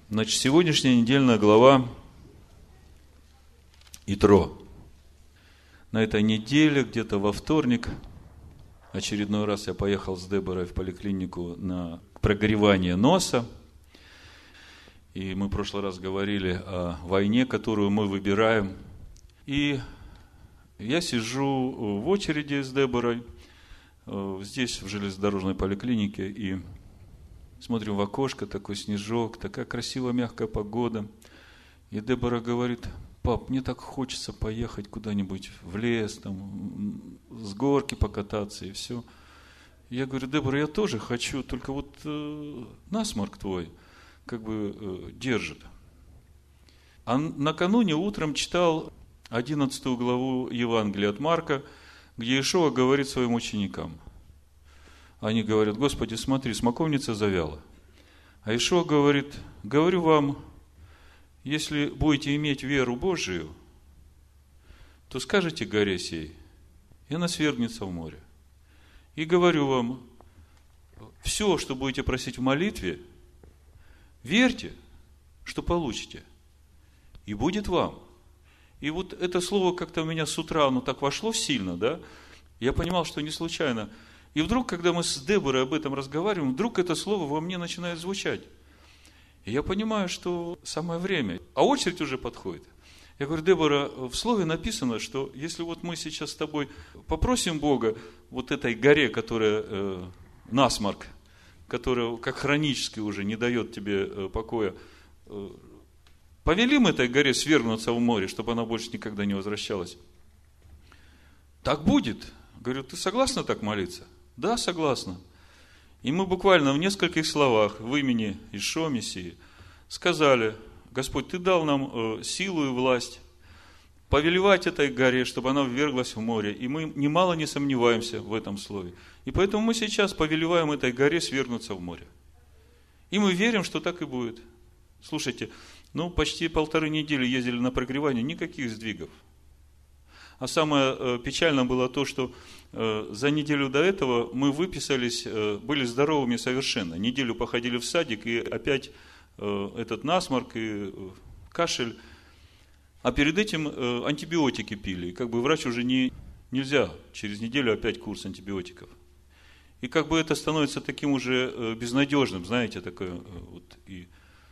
Значит, сегодняшняя недельная глава Итро. На этой неделе, где-то во вторник, очередной раз я поехал с Деборой в поликлинику на прогревание носа. И мы в прошлый раз говорили о войне, которую мы выбираем. И я сижу в очереди с Деборой здесь, в железнодорожной поликлинике, и смотрим в окошко, такой снежок, такая красивая мягкая погода. И Дебора говорит: пап, мне так хочется поехать куда-нибудь в лес, там, с горки покататься и все. Я говорю: Дебора, я тоже хочу, только вот насморк твой как бы держит. А накануне утром читал 11 главу Евангелия от Марка, где Иешуа говорит своим ученикам. Они говорят: Господи, смотри, смоковница завяла. А Иешуа говорит: говорю вам, если будете иметь веру Божию, то скажете горе сей, и она свергнется в море. И говорю вам, все, что будете просить в молитве, верьте, что получите, и будет вам. И вот это слово как-то у меня с утра, оно так вошло сильно, да? Я понимал, что не случайно. И вдруг, когда мы с Деборой об этом разговариваем, вдруг это слово во мне начинает звучать. И я понимаю, что самое время. А очередь уже подходит. Я говорю: Дебора, в слове написано, что если вот мы сейчас с тобой попросим Бога вот этой горе, которая насморк, которая как хронически уже не дает тебе покоя, повелим этой горе свергнуться в море, чтобы она больше никогда не возвращалась. Так будет. Говорю: ты согласна так молиться? Да, согласна. И мы буквально в нескольких словах в имени Иешуа Мессии сказали: Господь, ты дал нам силу и власть повелевать этой горе, чтобы она вверглась в море. И мы немало не сомневаемся в этом слове. И поэтому мы сейчас повелеваем этой горе свергнуться в море. И мы верим, что так и будет. Слушайте, почти 1,5 недели ездили на прогревание, никаких сдвигов. А самое печальное было то, что за неделю до этого мы выписались, были здоровыми совершенно. Неделю походили в садик, и опять этот насморк и кашель. А перед этим антибиотики пили. И как бы врач уже нельзя, через неделю опять курс антибиотиков. И как бы это становится таким уже безнадежным, знаете, такое вот. И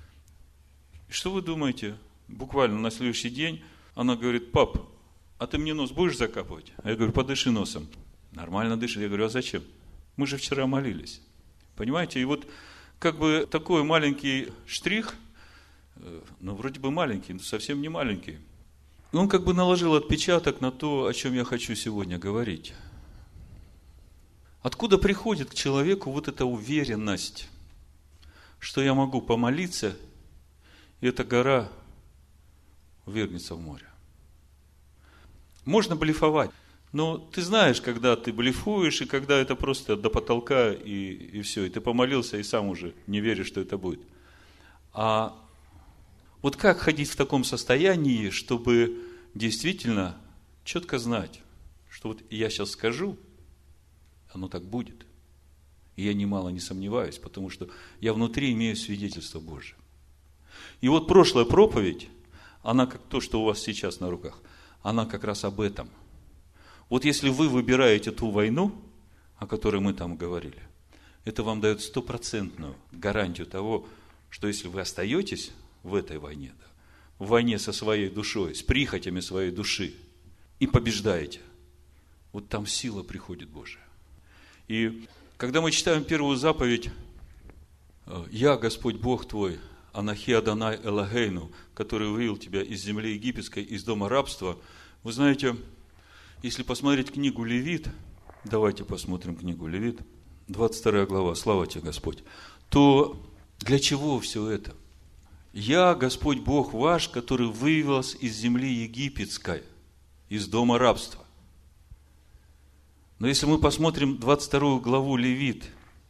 что вы думаете? Буквально на следующий день она говорит: пап, а ты мне нос будешь закапывать? А я говорю: подыши носом. Нормально дышит. Я говорю: а зачем? Мы же вчера молились. Понимаете? И вот как бы такой маленький штрих, вроде бы маленький, но совсем не маленький. Он как бы наложил отпечаток на то, о чем я хочу сегодня говорить. Откуда приходит к человеку вот эта уверенность, что я могу помолиться, и эта гора ввергнется в море? Можно блефовать, но ты знаешь, когда ты блефуешь, и когда это просто до потолка, и все, и ты помолился, и сам уже не веришь, что это будет. А вот как ходить в таком состоянии, чтобы действительно четко знать, что вот я сейчас скажу, оно так будет. И я немало не сомневаюсь, потому что я внутри имею свидетельство Божие. И вот прошлая проповедь, она как то, что у вас сейчас на руках, она как раз об этом. Вот если вы выбираете ту войну, о которой мы там говорили, это вам дает 100% гарантию того, что если вы остаетесь в этой войне, в войне со своей душой, с прихотями своей души, и побеждаете, вот там сила приходит Божия. И когда мы читаем первую заповедь: «Я, Господь Бог твой, Анахи Адонай Элогейну, который вывел тебя из земли египетской, из дома рабства», вы знаете, если посмотреть книгу Левит, давайте посмотрим книгу Левит, 22 глава, слава тебе, Господь, то для чего все это? «Я, Господь Бог ваш, который вывел вас из земли египетской, из дома рабства». Но если мы посмотрим 22 главу Левит,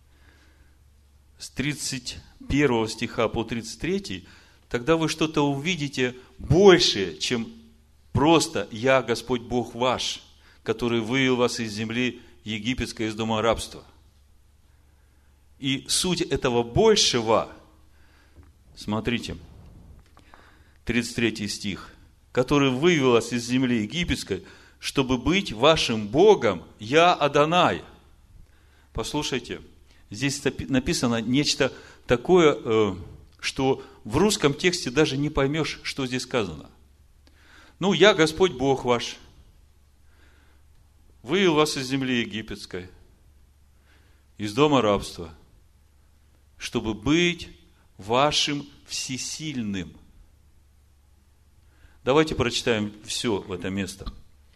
с 31 стиха по 33, тогда вы что-то увидите большее, чем просто «Я, Господь Бог ваш, который вывел вас из земли египетской, из дома рабства». И суть этого большего Смотрите, 33 стих. «Который вывел вас из земли египетской, чтобы быть вашим Богом, я Адонай». Послушайте, здесь написано нечто такое, что в русском тексте даже не поймешь, что здесь сказано. Ну, я Господь Бог ваш, вывел вас из земли египетской, из дома рабства, чтобы быть вашим всесильным. Давайте прочитаем все в это место.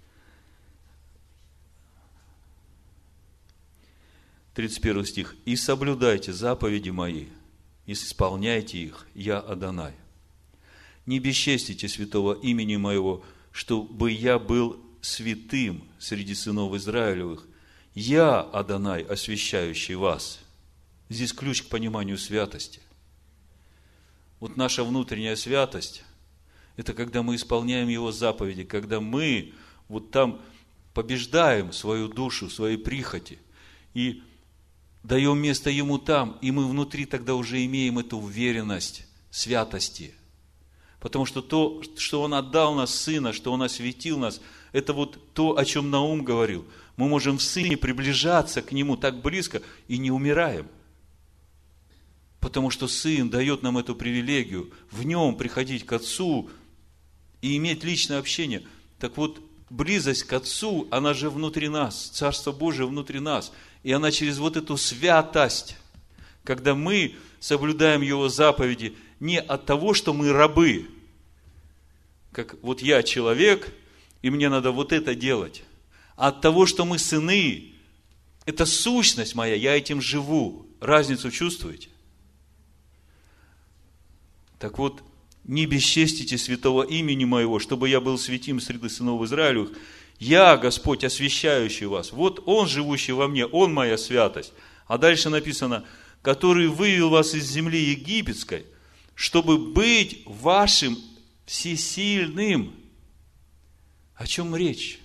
31 стих. «И соблюдайте заповеди мои, и исполняйте их, я Адонай. Не бесчестите святого имени моего, чтобы я был святым среди сынов Израилевых. Я Адонай, освящающий вас». Здесь ключ к пониманию святости. Вот наша внутренняя святость – это когда мы исполняем Его заповеди, когда мы вот там побеждаем свою душу, свои прихоти и даем место Ему там, и мы внутри тогда уже имеем эту уверенность святости. Потому что то, что Он отдал нас Сына, что Он осветил нас, это вот то, о чем Наум говорил. Мы можем в Сыне приближаться к Нему так близко и не умираем. Потому что Сын дает нам эту привилегию в Нем приходить к Отцу и иметь личное общение. Так вот, близость к Отцу, она же внутри нас, Царство Божие внутри нас. И она через вот эту святость, когда мы соблюдаем Его заповеди не от того, что мы рабы, как вот я человек, и мне надо вот это делать, а от того, что мы сыны, это сущность моя, я этим живу. Разницу чувствуете? Так вот, не бесчестите святого имени моего, чтобы я был святим среди сынов Израилевых. Я, Господь, освящающий вас. Вот Он, живущий во мне, Он моя святость. А дальше написано, который вывел вас из земли египетской, чтобы быть вашим всесильным. О чем речь?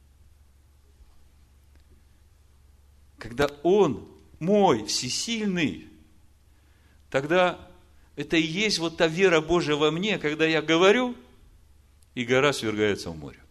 Когда Он мой всесильный, тогда это и есть вот та вера Божия во мне, когда я говорю, и гора свергается в море.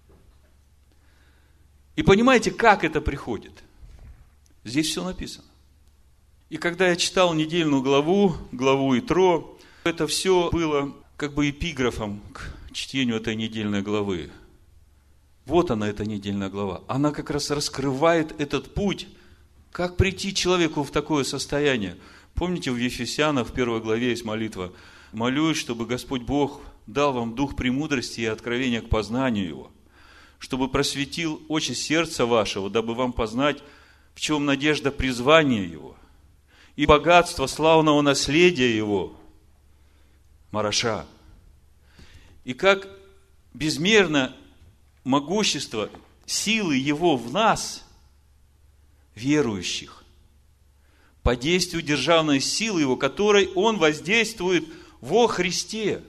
И понимаете, как это приходит? Здесь все написано. И когда я читал недельную главу Итро, это все было как бы эпиграфом к чтению этой недельной главы. Вот она, эта недельная глава. Она как раз раскрывает этот путь, как прийти человеку в такое состояние. Помните, в Ефесянах, в 1 главе есть молитва: «Молюсь, чтобы Господь Бог дал вам дух премудрости и откровения к познанию Его, чтобы просветил очи сердца вашего, дабы вам познать, в чем надежда призвания Его, и богатство славного наследия Его, Мараша, и как безмерно могущество силы Его в нас, верующих, по действию державной силы Его, которой Он воздействует во Христе».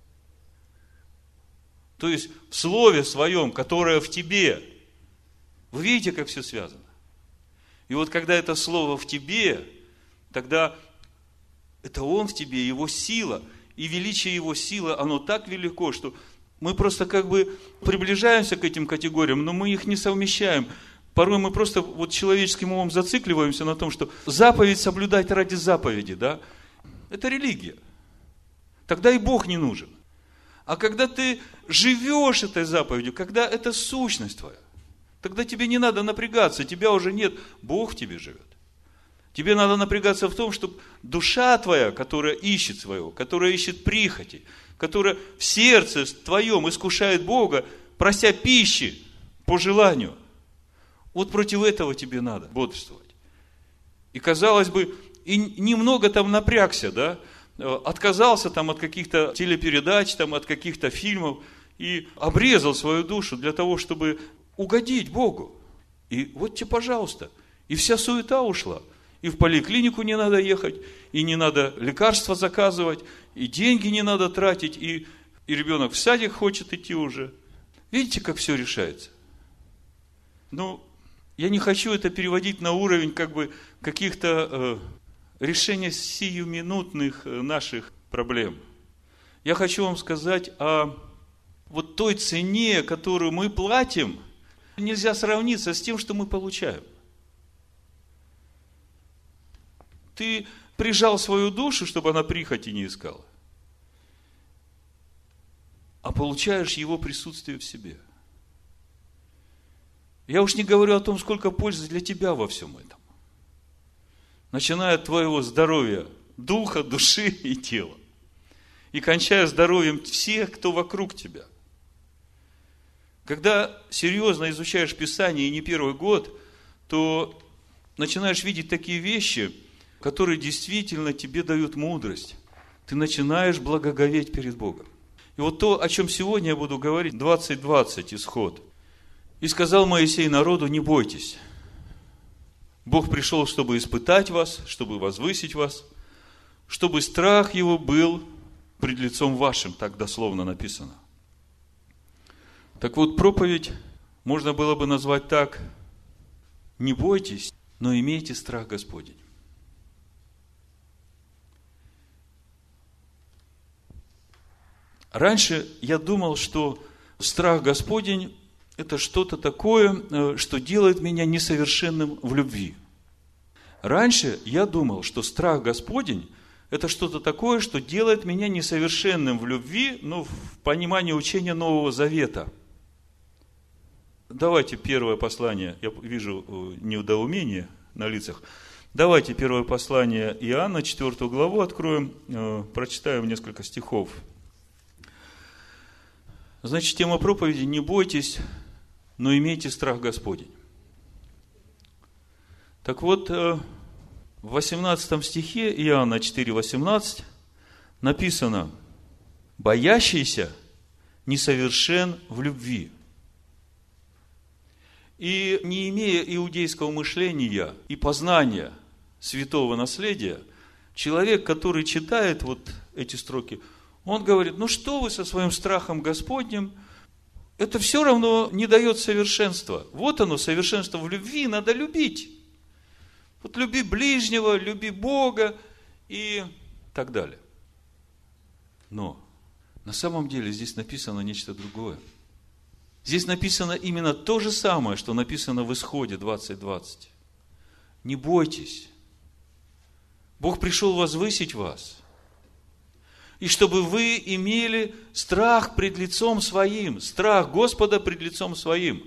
То есть, в Слове Своем, которое в тебе. Вы видите, как все связано? И вот, когда это Слово в тебе, тогда это Он в тебе, Его сила. И величие Его силы, оно так велико, что мы просто как бы приближаемся к этим категориям, но мы их не совмещаем. Порой мы просто вот человеческим умом зацикливаемся на том, что заповедь соблюдать ради заповеди, да? Это религия. Тогда и Бог не нужен. А когда ты живешь этой заповедью, когда это сущность твоя, тогда тебе не надо напрягаться, тебя уже нет, Бог в тебе живет. Тебе надо напрягаться в том, чтобы душа твоя, которая ищет своего, которая ищет прихоти, которая в сердце твоем искушает Бога, прося пищи по желанию, вот против этого тебе надо бодрствовать. И казалось бы, и немного там напрягся, да, отказался там от каких-то телепередач, там от каких-то фильмов и обрезал свою душу для того, чтобы угодить Богу. И вот тебе, пожалуйста, и вся суета ушла. И в поликлинику не надо ехать, и не надо лекарства заказывать, и деньги не надо тратить, и ребенок в садик хочет идти уже. Видите, как все решается? Ну, я не хочу это переводить на уровень как бы каких-то решений сиюминутных наших проблем. Я хочу вам сказать о вот той цене, которую мы платим, нельзя сравниться с тем, что мы получаем. Ты прижал свою душу, чтобы она прихоти не искала, а получаешь его присутствие в себе. Я уж не говорю о том, сколько пользы для тебя во всем этом. Начиная от твоего здоровья, духа, души и тела. И кончая здоровьем всех, кто вокруг тебя. Когда серьезно изучаешь Писание, и не первый год, то начинаешь видеть такие вещи, которые действительно тебе дают мудрость. Ты начинаешь благоговеть перед Богом. И вот то, о чем сегодня я буду говорить, 20:20, исход. «И сказал Моисей народу: не бойтесь. Бог пришел, чтобы испытать вас, чтобы возвысить вас, чтобы страх его был пред лицом вашим», так дословно написано. Так вот, проповедь можно было бы назвать так: не бойтесь, но имейте страх Господень. Раньше я думал, что страх Господень – это что-то такое, что делает меня несовершенным в любви. Раньше я думал, что страх Господень – это что-то такое, что делает меня несовершенным в любви, в понимании учения Нового Завета. Давайте первое послание, я вижу недоумение на лицах. Давайте первое послание Иоанна, 4 главу откроем, прочитаем несколько стихов. Значит, тема проповеди: не бойтесь, но имейте страх Господень. Так вот, в 18 стихе Иоанна 4:18 написано: боящийся несовершен в любви. И не имея иудейского мышления и познания святого наследия, человек, который читает вот эти строки, он говорит: что вы со своим страхом Господним, это все равно не дает совершенства. Вот оно, совершенство в любви, надо любить. Вот люби ближнего, люби Бога и так далее. Но на самом деле здесь написано нечто другое. Здесь написано именно то же самое, что написано в Исходе 20:20. Не бойтесь. Бог пришел возвысить вас. И чтобы вы имели страх пред лицом своим, страх Господа пред лицом своим.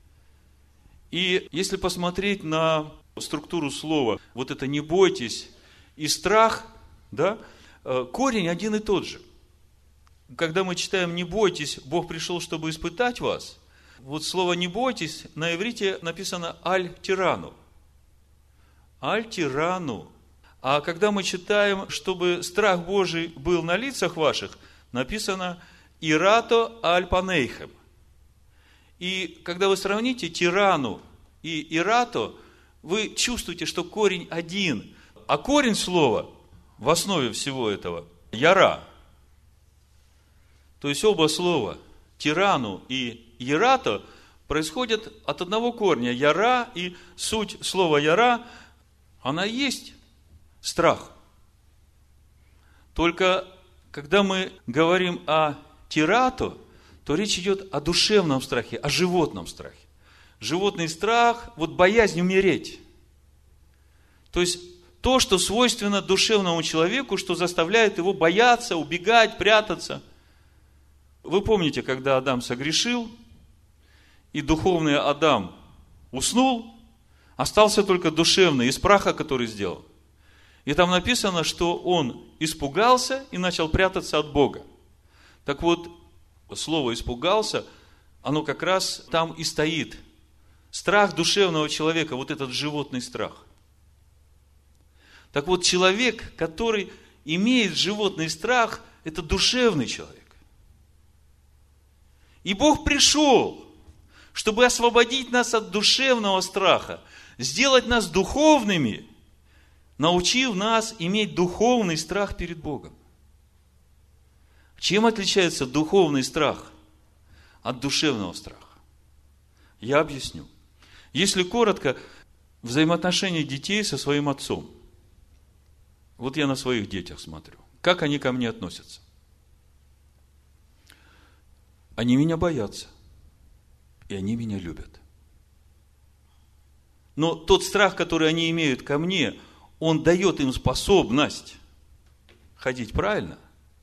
И если посмотреть на структуру слова, вот это «не бойтесь» и «страх», да, корень один и тот же. Когда мы читаем «не бойтесь, Бог пришел, чтобы испытать вас», вот слово «не бойтесь» на иврите написано «аль-тирану». «Аль-тирану». А когда мы читаем, чтобы страх Божий был на лицах ваших, написано «ирато аль-панейхем». И когда вы сравните «тирану» и «ирато», вы чувствуете, что корень один. А корень слова в основе всего этого – «яра». То есть оба слова «тирану» и «ирато» происходят от одного корня – «яра», и суть слова «яра» она есть страх. Только когда мы говорим о тирато, то речь идет о душевном страхе, о животном страхе. Животный страх, вот боязнь умереть. То есть то, что свойственно душевному человеку, что заставляет его бояться, убегать, прятаться. Вы помните, когда Адам согрешил, и духовный Адам уснул, остался только душевный из праха, который сделал. И там написано, что он испугался и начал прятаться от Бога. Так вот, слово «испугался», оно как раз там и стоит. Страх душевного человека, вот этот животный страх. Так вот, человек, который имеет животный страх, это душевный человек. И Бог пришел, чтобы освободить нас от душевного страха, сделать нас духовными, научив нас иметь духовный страх перед Богом. Чем отличается духовный страх от душевного страха? Я объясню. Если коротко, взаимоотношения детей со своим отцом. Вот я на своих детях смотрю. как они ко мне относятся? Они меня боятся, и они меня любят. Но тот страх, который они имеют ко мне, он дает им способность ходить правильно,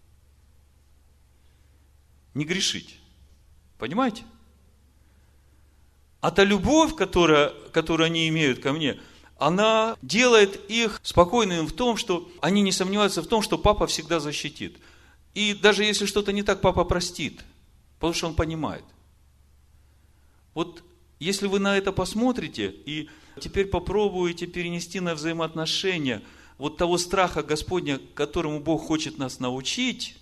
не грешить. Понимаете? А та любовь, которую они имеют ко мне, она делает их спокойными в том, что они не сомневаются в том, что папа всегда защитит. И даже если что-то не так, папа простит, потому что он понимает. Вот если вы на это посмотрите и теперь попробуете перенести на взаимоотношения вот того страха Господня, которому Бог хочет нас научить,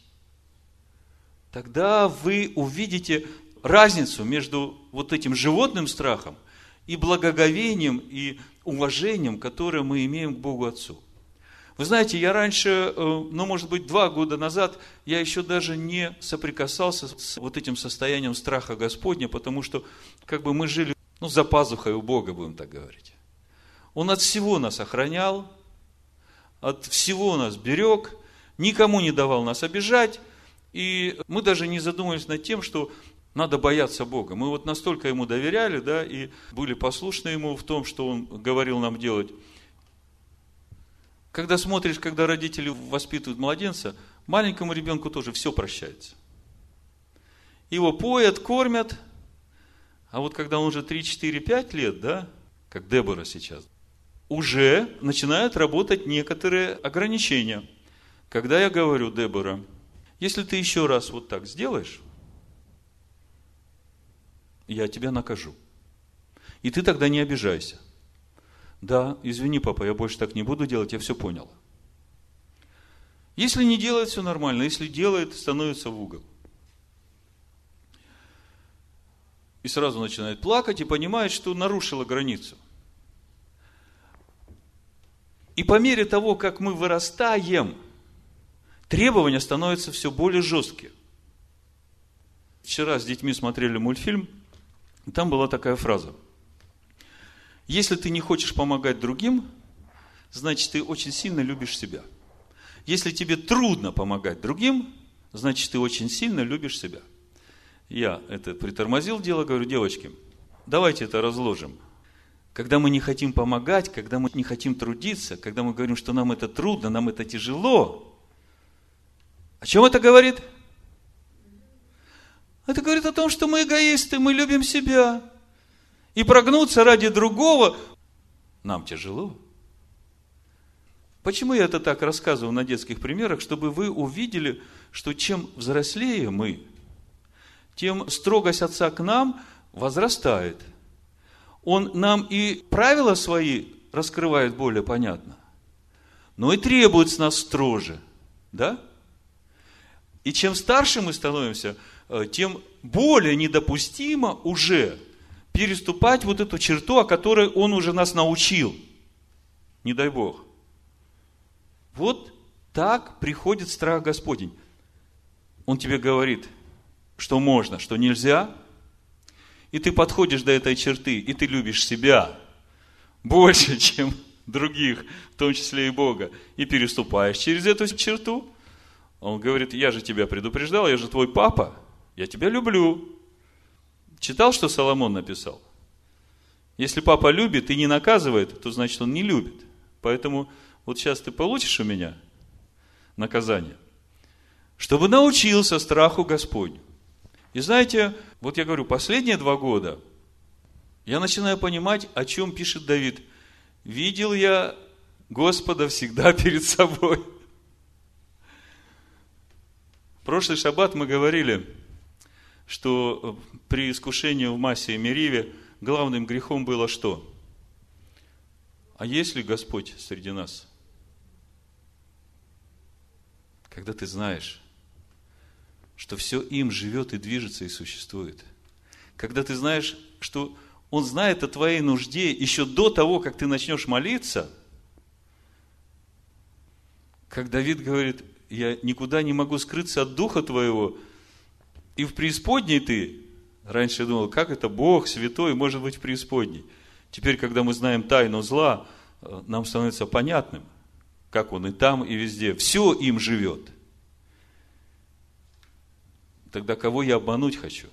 тогда вы увидите разницу между вот этим животным страхом и благоговением, и уважением, которое мы имеем к Богу Отцу. Вы знаете, я раньше, может быть, 2 года назад, я еще даже не соприкасался с вот этим состоянием страха Господня, потому что мы жили за пазухой у Бога, будем так говорить. Он от всего нас охранял, от всего нас берег, никому не давал нас обижать, и мы даже не задумывались над тем, что надо бояться Бога. Мы настолько Ему доверяли, и были послушны Ему в том, что Он говорил нам делать. Когда смотришь, когда родители воспитывают младенца, маленькому ребенку тоже все прощается. Его поят, кормят, а вот когда он уже 3, 4, 5 лет, как Дебора сейчас, уже начинают работать некоторые ограничения. Когда я говорю: Дебора, если ты еще раз вот так сделаешь, я тебя накажу. И ты тогда не обижайся. Да, извини, папа, я больше так не буду делать, я все понял. Если не делает, все нормально. Если делает, становится в угол. И сразу начинает плакать и понимает, что нарушила границу. И по мере того, как мы вырастаем, требования становятся все более жесткие. Вчера с детьми смотрели мультфильм, и там была такая фраза: если ты не хочешь помогать другим, значит, ты очень сильно любишь себя. Если тебе трудно помогать другим, значит, ты очень сильно любишь себя. Я это притормозил дело, говорю: девочки, давайте это разложим. Когда мы не хотим помогать, когда мы не хотим трудиться, когда мы говорим, что нам это трудно, нам это тяжело, о чем это говорит? Это говорит о том, что мы эгоисты, мы любим себя. И прогнуться ради другого нам тяжело. Почему я это так рассказываю на детских примерах? Чтобы вы увидели, что чем взрослее мы, тем строгость Отца к нам возрастает. Он нам и правила свои раскрывает более понятно, но и требует с нас строже. Да? И чем старше мы становимся, тем более недопустимо уже переступать вот эту черту, о которой Он уже нас научил. Не дай Бог. Вот так приходит страх Господень. Он тебе говорит, что можно, что нельзя. И ты подходишь до этой черты, и ты любишь себя больше, чем других, в том числе и Бога. И переступаешь через эту черту. Он говорит: я же тебя предупреждал, я же твой папа, я тебя люблю. Читал, что Соломон написал? Если папа любит и не наказывает, то значит он не любит. Поэтому вот сейчас ты получишь у меня наказание, чтобы научился страху Господню. И знаете, вот я говорю, последние 2 года я начинаю понимать, о чем пишет Давид. Видел я Господа всегда перед собой. В прошлый шаббат мы говорили, что при искушении в Массе и Мериве главным грехом было что? А есть ли Господь среди нас? Когда ты знаешь, что все им живет и движется и существует. Когда ты знаешь, что Он знает о твоей нужде еще до того, как ты начнешь молиться. Как Давид говорит: я никуда не могу скрыться от Духа Твоего. И в преисподней ты. Раньше я думал, как это Бог святой может быть в преисподней. Теперь, когда мы знаем тайну зла, нам становится понятным, как Он и там, и везде. Все им живет. тогда кого я обмануть хочу?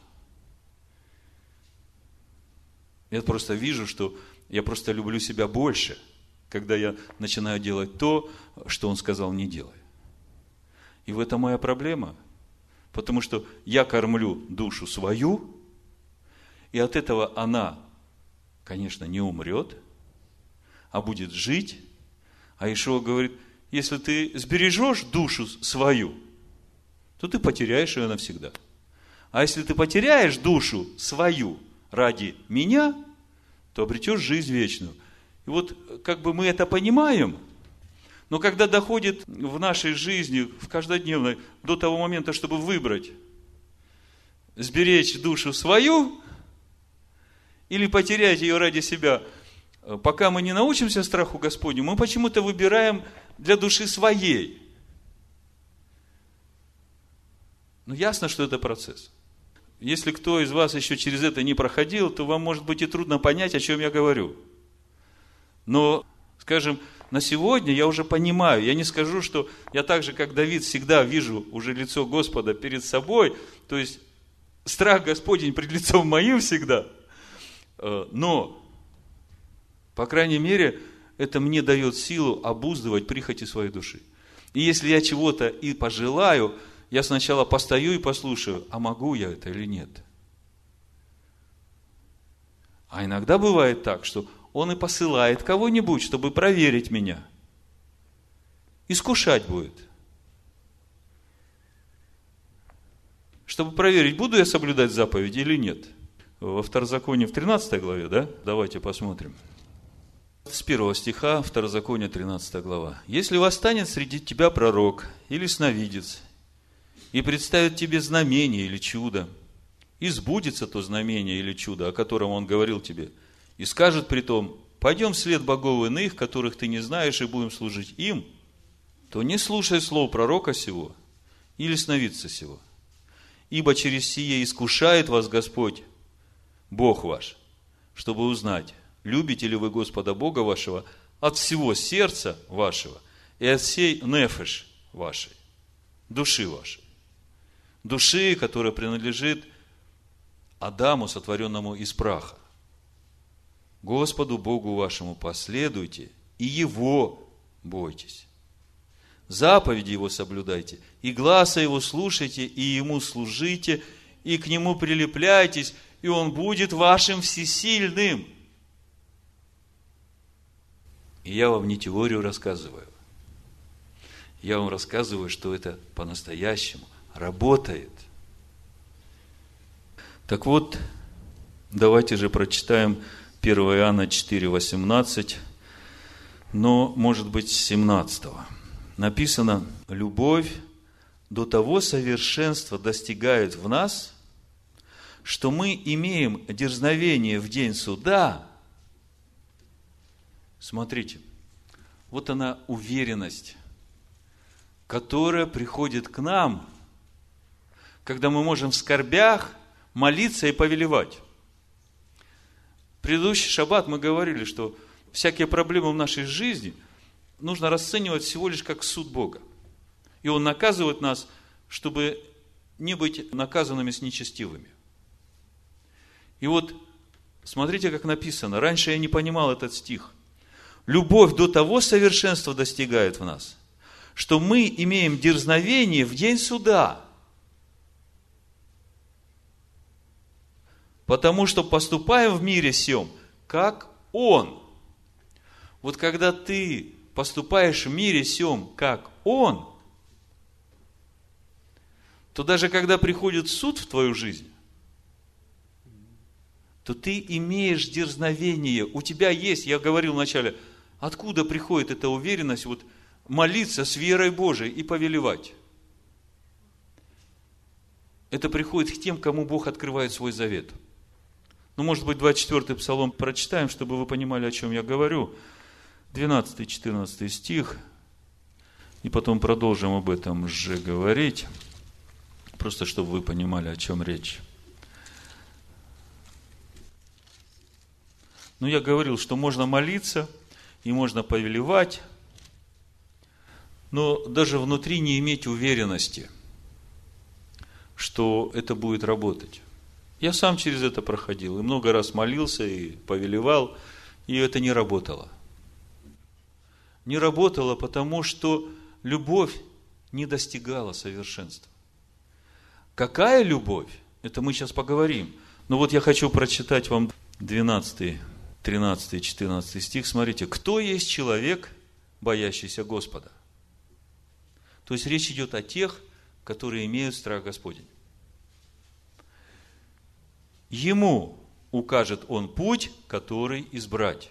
Я просто вижу, что я просто люблю себя больше, когда я начинаю делать то, что Он сказал не делай. И в этом моя проблема. Потому что я кормлю душу свою, и от этого она, конечно, не умрет, а будет жить. А Иешуа говорит, если ты сбережешь душу свою, то ты потеряешь ее навсегда. А если ты потеряешь душу свою ради меня, то обретешь жизнь вечную. И вот как бы мы это понимаем, но когда доходит в нашей жизни, в каждодневной, до того момента, чтобы выбрать, сберечь душу свою или потерять ее ради себя, пока мы не научимся страху Господню, мы почему-то выбираем для души своей. Но ясно, что это процесс. Если кто из вас еще через это не проходил, то вам может быть и трудно понять, о чем я говорю. Но, скажем, на сегодня я уже понимаю, я не скажу, что я так же, как Давид, всегда вижу уже лицо Господа перед собой, то есть страх Господень пред лицом моим всегда, но, по крайней мере, это мне дает силу обуздывать прихоти своей души. И если я чего-то и пожелаю, я сначала постою и послушаю, а могу я это или нет. А иногда бывает так, что Он и посылает кого-нибудь, чтобы проверить меня. Искушать будет. Чтобы проверить, буду я соблюдать заповеди или нет. Во Второзаконии в 13 главе, да? Давайте посмотрим. С 1 стиха, Второзаконие, 13 глава. «Если восстанет среди тебя пророк или сновидец, и представит тебе знамение или чудо, и сбудется то знамение или чудо, о котором он говорил тебе, и скажет при том, пойдем вслед богов иных, которых ты не знаешь, и будем служить им, то не слушай слов пророка сего или сновидца сего. Ибо через сие искушает вас Господь, Бог ваш, чтобы узнать, любите ли вы Господа Бога вашего от всего сердца вашего и от всей нефеш вашей, души вашей. Души, которая принадлежит Адаму, сотворенному из праха. Господу Богу вашему последуйте, и Его бойтесь. Заповеди Его соблюдайте, и гласа Его слушайте, и Ему служите, и к Нему прилепляйтесь, и Он будет вашим всесильным. И я вам не теорию рассказываю. Я вам рассказываю, что это по-настоящему работает. Так вот, давайте же прочитаем 1 Иоанна 4:18, но, может быть, с 17. Написано, любовь до того совершенства достигает в нас, что мы имеем дерзновение в день суда. Смотрите, вот она уверенность, которая приходит к нам, когда мы можем в скорбях молиться и повелевать. В предыдущий шаббат мы говорили, что всякие проблемы в нашей жизни нужно расценивать всего лишь как суд Бога. И Он наказывает нас, чтобы не быть наказанными с нечестивыми. И вот, смотрите, как написано. Раньше я не понимал этот стих. Любовь до того совершенства достигает в нас, что мы имеем дерзновение в день суда. Потому что поступаем в мире сем, как Он. Вот когда ты поступаешь в мире сем, как Он, то даже когда приходит суд в твою жизнь, то ты имеешь дерзновение. У тебя есть, я говорил вначале, откуда приходит эта уверенность вот молиться с верой Божией и повелевать. Это приходит к тем, кому Бог открывает свой завет. Ну, может быть, 24-й псалом прочитаем, чтобы вы понимали, о чем я говорю. 12-14 стих. И потом продолжим об этом же говорить. Просто, чтобы вы понимали, о чем речь. Ну, я говорил, что можно молиться и можно повелевать, но даже внутри не иметь уверенности, что это будет работать. Я сам через это проходил, и много раз молился, и повелевал, и это не работало. Не работало, потому что любовь не достигала совершенства. Какая любовь? Это мы сейчас поговорим. Но вот я хочу прочитать вам 12, 13, 14 стих. Смотрите, кто есть человек, боящийся Господа? То есть речь идет о тех, которые имеют страх Господень. Ему укажет он путь, который избрать.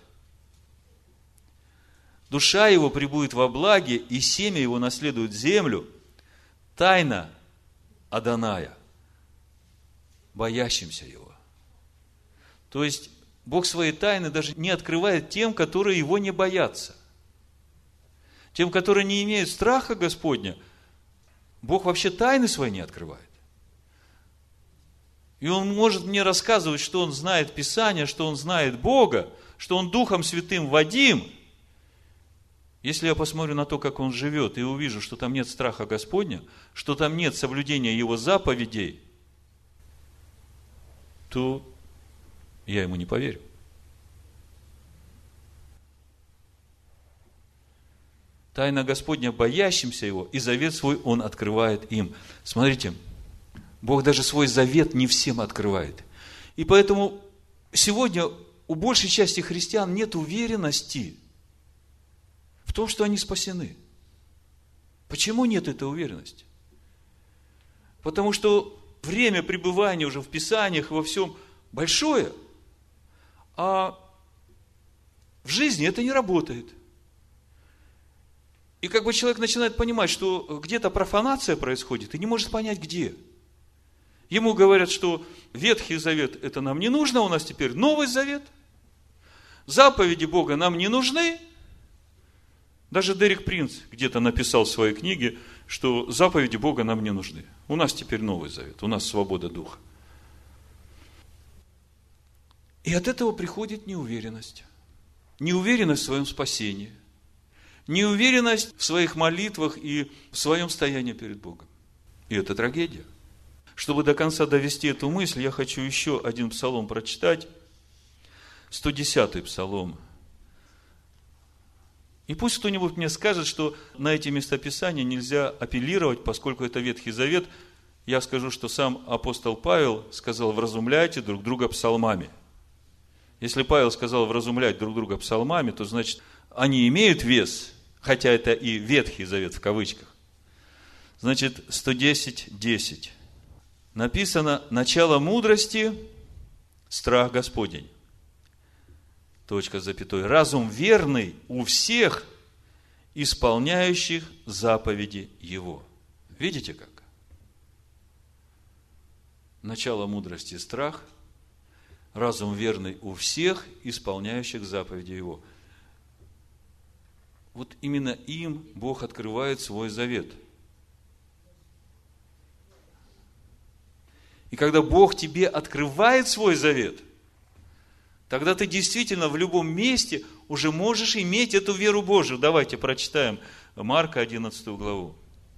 Душа его пребудет во благе, и семя его наследует землю. Тайна Адоная, боящимся его. То есть, Бог свои тайны даже не открывает тем, которые его не боятся. Тем, которые не имеют страха Господня, Бог вообще тайны свои не открывает. И Он может мне рассказывать, что Он знает Писание, что Он знает Бога, что Он Духом Святым водим. Если я посмотрю на то, как Он живет, и увижу, что там нет страха Господня, что там нет соблюдения Его заповедей, то я Ему не поверю. Тайна Господня боящимся Его, и завет свой Он открывает им. Смотрите, Бог даже свой завет не всем открывает. И поэтому сегодня у большей части христиан нет уверенности в том, что они спасены. Почему нет этой уверенности? Потому что время пребывания уже в Писаниях, во всем большое, а в жизни это не работает. И как бы человек начинает понимать, что где-то профанация происходит, и не может понять, где. Ему говорят, что Ветхий Завет это нам не нужно, у нас теперь Новый Завет. Заповеди Бога нам не нужны. Даже Дерек Принц где-то написал в своей книге, что заповеди Бога нам не нужны. У нас теперь Новый Завет, у нас свобода духа. И от этого приходит неуверенность. Неуверенность в своем спасении. Неуверенность в своих молитвах и в своем стоянии перед Богом. И это трагедия. Чтобы до конца довести эту мысль, я хочу еще один псалом прочитать. 110-й псалом. И пусть кто-нибудь мне скажет, что на эти местописания нельзя апеллировать, поскольку это Ветхий Завет. Я скажу, что сам апостол Павел сказал: вразумляйте друг друга псалмами. Если Павел сказал вразумлять друг друга псалмами, то значит, они имеют вес, хотя это и Ветхий Завет в кавычках. Значит, 110:10. Написано: начало мудрости – страх Господень. Точка, запятой. Разум верный у всех, исполняющих заповеди Его. Видите как? Начало мудрости – страх. Разум верный у всех, исполняющих заповеди Его. Вот именно им Бог открывает свой завет. И когда Бог тебе открывает свой завет, тогда ты действительно в любом месте уже можешь иметь эту веру Божию. Давайте прочитаем Марка 11 главу.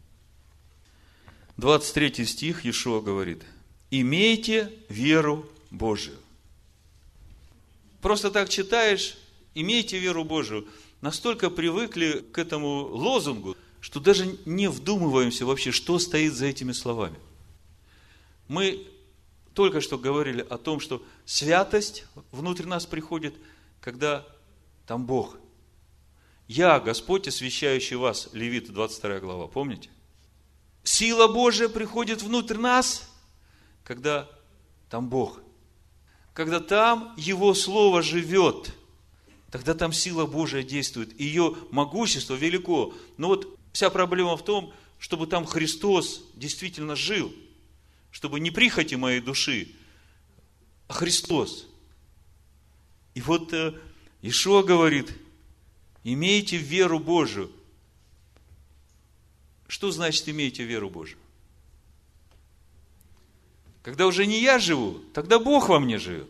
23 стих Иешуа говорит: имейте веру Божию. Просто так читаешь: имейте веру Божию. Настолько привыкли к этому лозунгу, что даже не вдумываемся вообще, что стоит за этими словами. Мы только что говорили о том, что святость внутрь нас приходит, когда там Бог. Я, Господь, освящающий вас, Левит, 22 глава, помните? Сила Божия приходит внутрь нас, когда там Бог. Когда там Его Слово живет, тогда там сила Божия действует. Ее могущество велико. Но вот вся проблема в том, чтобы там Христос действительно жил. Чтобы не прихоти моей души, а Христос. И вот Иешуа говорит: имейте веру Божию. Что значит имейте веру Божию? Когда уже не я живу, тогда Бог во мне живет.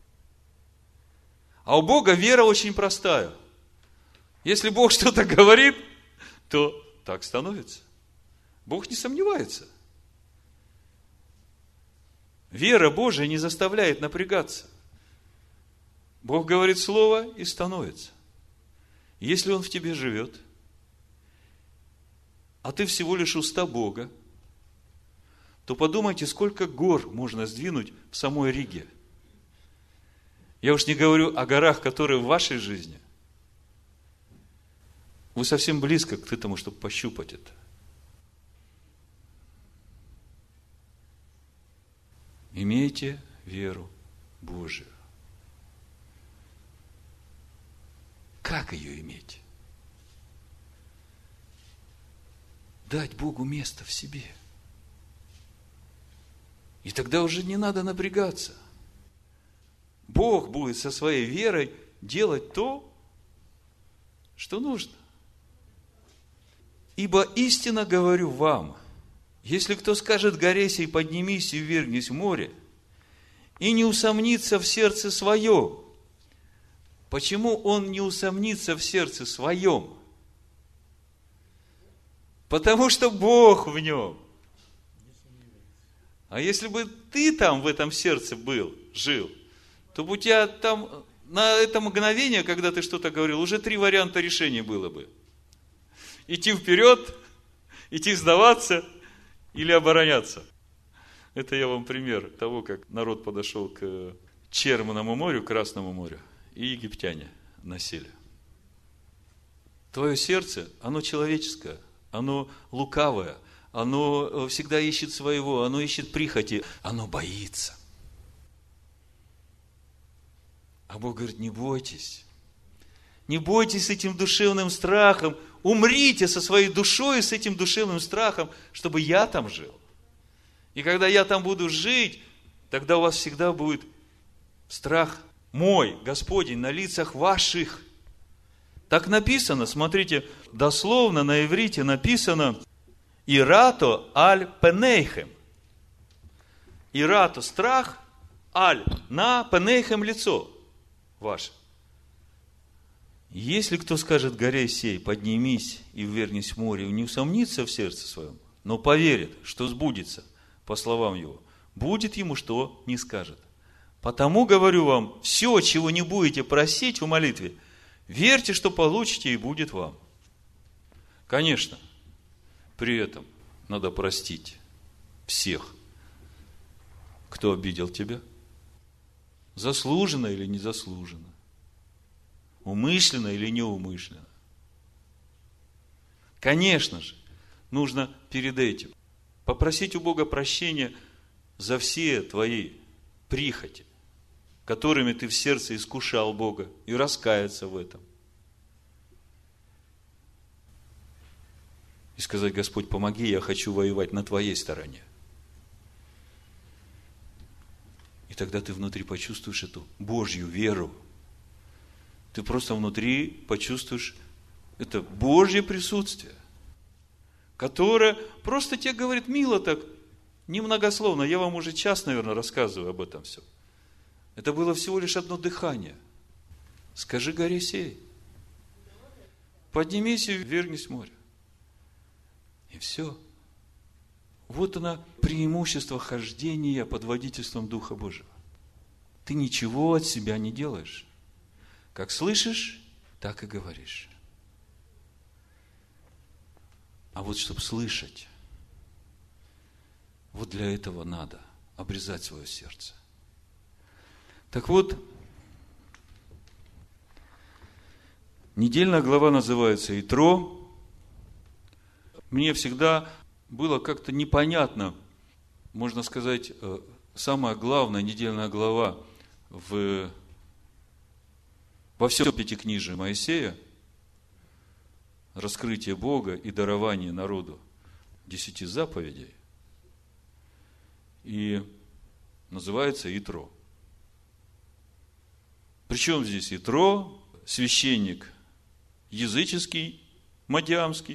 А у Бога вера очень простая. Если Бог что-то говорит, то так становится. Бог не сомневается. Вера Божия не заставляет напрягаться. Бог говорит слово и становится. Если Он в тебе живет, а ты всего лишь уста Бога, то подумайте, сколько гор можно сдвинуть в самой Риге. Я уж не говорю о горах, которые в вашей жизни. Вы совсем близко к этому, чтобы пощупать это. Имейте веру Божию. Как ее иметь? Дать Богу место в себе. И тогда уже не надо напрягаться. Бог будет со своей верой делать то, что нужно. Ибо истинно говорю вам, если кто скажет горе сей, поднимись и ввергнись в море, и не усомнится в сердце своем. Почему он не усомнится в сердце своем? Потому что Бог в нем. А если бы ты там в этом сердце жил, то бы у тебя там на это мгновение, когда ты что-то говорил, уже 3 варианта решения было бы. Идти вперед, идти сдаваться или обороняться. Это я вам пример того, как народ подошел к Черному морю, Красному морю, и египтяне насели. Твое сердце, оно человеческое, оно лукавое, оно всегда ищет своего, оно ищет прихоти, оно боится. А Бог говорит, не бойтесь. Не бойтесь этим душевным страхом. Умрите со своей душой, с этим душевным страхом, чтобы я там жил. И когда я там буду жить, тогда у вас всегда будет страх мой, Господень, на лицах ваших. Так написано, смотрите, дословно на иврите написано «Ирато аль пенейхем». Ирато – страх, аль – на пенейхем – лицо ваше. Если кто скажет горе сей, поднимись и ввергнись в море, и не усомнится в сердце своем, но поверит, что сбудется, по словам его, будет ему, что не скажет. Потому говорю вам, все, чего не будете просить в молитве, верьте, что получите, и будет вам. Конечно, при этом надо простить всех, кто обидел тебя, заслуженно или незаслуженно, умышленно или неумышленно. Конечно же, нужно перед этим попросить у Бога прощения за все твои прихоти, которыми ты в сердце искушал Бога, и раскаяться в этом. И сказать: Господь, помоги, я хочу воевать на твоей стороне. И тогда ты внутри почувствуешь эту Божью веру. Ты просто внутри почувствуешь это Божье присутствие, которое просто тебе говорит мило так, немногословно. Я вам уже час, наверное, рассказываю об этом все. Это было всего лишь одно дыхание. Скажи горе сей, поднимись и ввергнись в море. И все. Вот оно преимущество хождения под водительством Духа Божьего. Ты ничего от себя не делаешь. Как слышишь, так и говоришь. А вот чтобы слышать, вот для этого надо обрезать свое сердце. Так вот, недельная глава называется «Итро». Мне всегда было как-то непонятно, можно сказать, самая главная недельная глава во всем Пятикнижии Моисея, раскрытие Бога и дарование народу 10 заповедей, и называется Итро. Причем здесь Итро, священник языческий, мадьямский,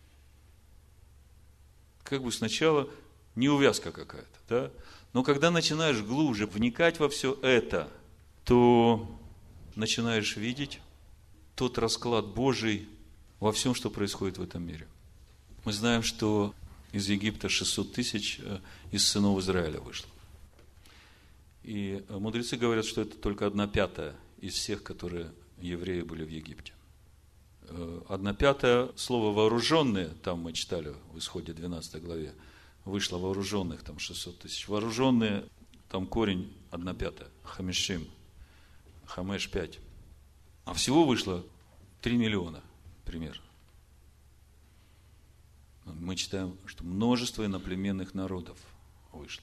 как бы сначала неувязка какая-то, да? Но когда начинаешь глубже вникать во все это, то начинаешь видеть тот расклад Божий во всем, что происходит в этом мире. Мы знаем, что из Египта 600 тысяч из сынов Израиля вышло. И мудрецы говорят, что это только 1/5 из всех, которые евреи были в Египте. 1/5 слово вооруженные, там мы читали в Исходе 12 главе, вышло вооруженных, там 600 тысяч. Вооруженные, там корень 1/5, хамешим, хамеш 5. А всего вышло 3 миллиона примерно. Мы читаем, что множество иноплеменных народов вышло.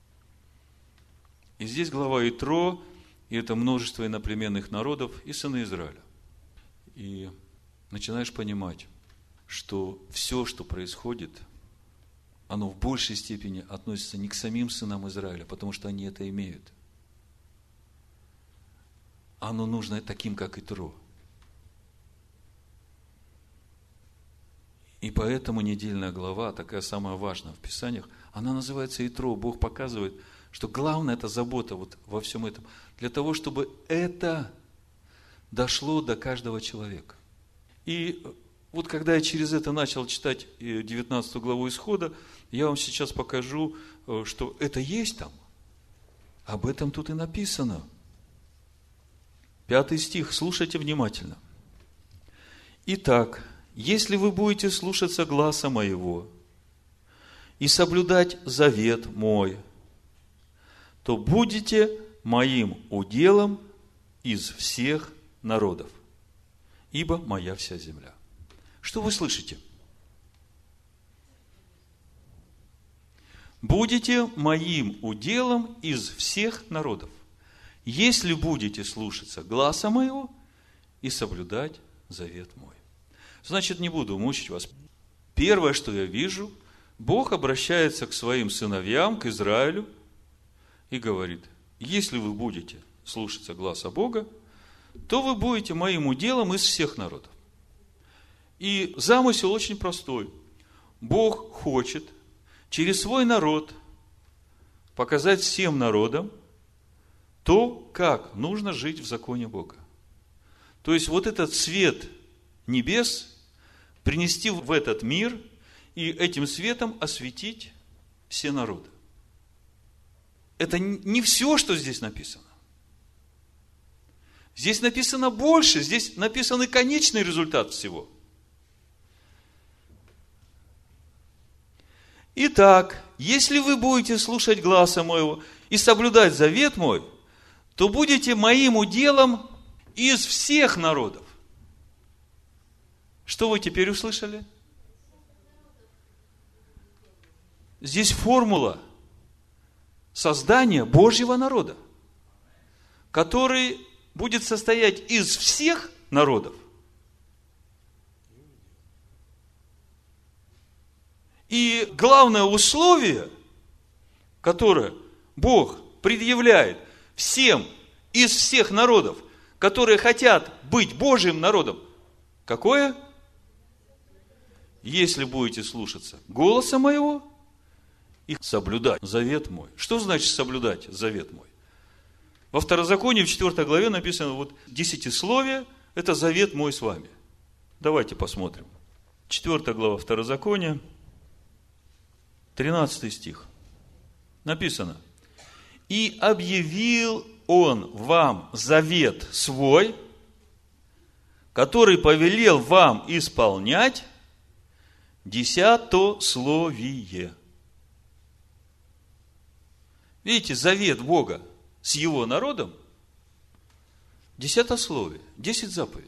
И здесь глава Итро, и это множество иноплеменных народов и сыны Израиля. И начинаешь понимать, что все, что происходит, оно в большей степени относится не к самим сынам Израиля, потому что они это имеют. Оно нужно таким, как Итро. И поэтому недельная глава, такая самая важная в Писаниях, она называется Итро. Бог показывает, что главная это забота вот во всем этом, для того, чтобы это дошло до каждого человека. И вот когда я через это начал читать 19 главу Исхода, я вам сейчас покажу, что это есть там. Об этом тут и написано. 5 стих, слушайте внимательно. Итак, если вы будете слушаться гласа моего и соблюдать завет мой, то будете моим уделом из всех народов, ибо моя вся земля. Что вы слышите? Будете моим уделом из всех народов, если будете слушаться гласа моего и соблюдать завет мой. Значит, не буду мучить вас. Первое, что я вижу, Бог обращается к своим сыновьям, к Израилю, и говорит: если вы будете слушаться гласа Бога, то вы будете моим уделом из всех народов. И замысел очень простой. Бог хочет через свой народ показать всем народам то, как нужно жить в законе Бога. То есть, вот этот свет небес принести в этот мир и этим светом осветить все народы. Это не все, что здесь написано. Здесь написано больше, здесь написан и конечный результат всего. Итак, если вы будете слушать гласа моего и соблюдать завет мой, то будете моим уделом из всех народов. Что вы теперь услышали? Здесь формула создания Божьего народа, который будет состоять из всех народов. И главное условие, которое Бог предъявляет всем из всех народов, которые хотят быть Божьим народом, какое? Если будете слушаться голоса моего и соблюдать завет мой. Что значит соблюдать завет мой? Во Второзаконии, в 4 главе написано, вот 10-словие, это завет мой с вами. Давайте посмотрим. 4 глава Второзакония, 13 стих. Написано: «И объявил он вам завет свой, который повелел вам исполнять десятословие». Видите, завет Бога с его народом, десятословие, 10 заповедей.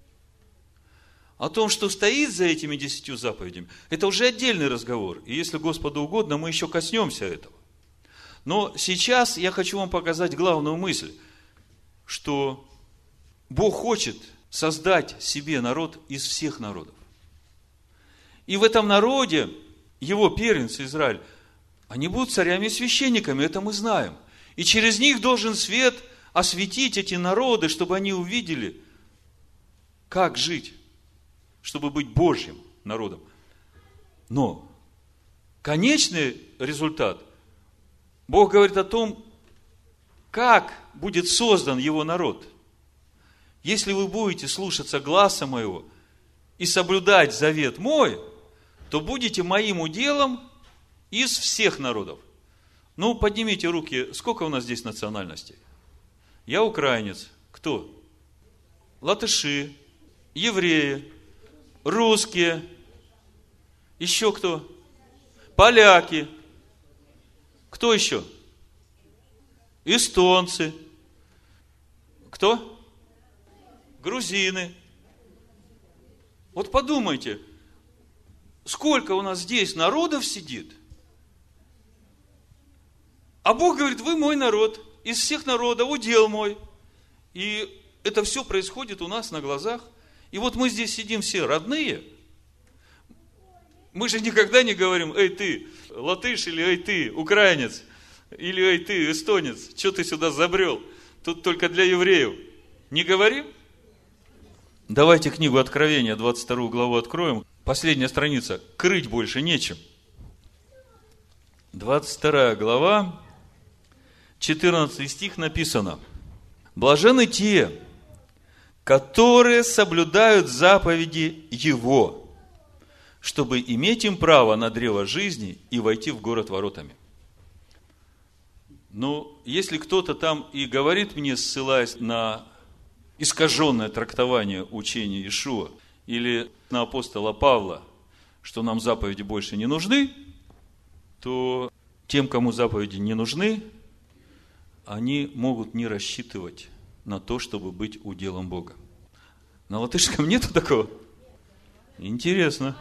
О том, что стоит за этими 10 заповедями, это уже отдельный разговор. И если Господу угодно, мы еще коснемся этого. Но сейчас я хочу вам показать главную мысль, что Бог хочет создать себе народ из всех народов. И в этом народе его первенцы Израиль, они будут царями и священниками, это мы знаем. И через них должен свет осветить эти народы, чтобы они увидели, как жить, чтобы быть Божьим народом. Но конечный результат, Бог говорит о том, как будет создан его народ. Если вы будете слушаться гласа моего и соблюдать завет мой, то будете моим уделом из всех народов. Ну, поднимите руки. Сколько у нас здесь национальностей? Я украинец. Кто? Латыши, евреи, русские. Еще кто? Поляки. Кто еще? Эстонцы. Кто? Грузины. Вот подумайте, сколько у нас здесь народов сидит, а Бог говорит, вы мой народ, из всех народов удел мой. И это все происходит у нас на глазах. И вот мы здесь сидим все родные. Мы же никогда не говорим, эй ты, латыш, или эй ты, украинец, или эй ты, эстонец, что ты сюда забрел? Тут только для евреев. Не говорим? Давайте книгу Откровения, 22 главу откроем. Последняя страница. Крыть больше нечем. 22 глава, 14 стих написано. Блаженны те, которые соблюдают заповеди Его, чтобы иметь им право на древо жизни и войти в город воротами. Ну, если кто-то там и говорит мне, ссылаясь на искаженное трактование учения Иешуа или на апостола Павла, что нам заповеди больше не нужны, то тем, кому заповеди не нужны, они могут не рассчитывать на то, чтобы быть уделом Бога. На латышском нету такого? Интересно.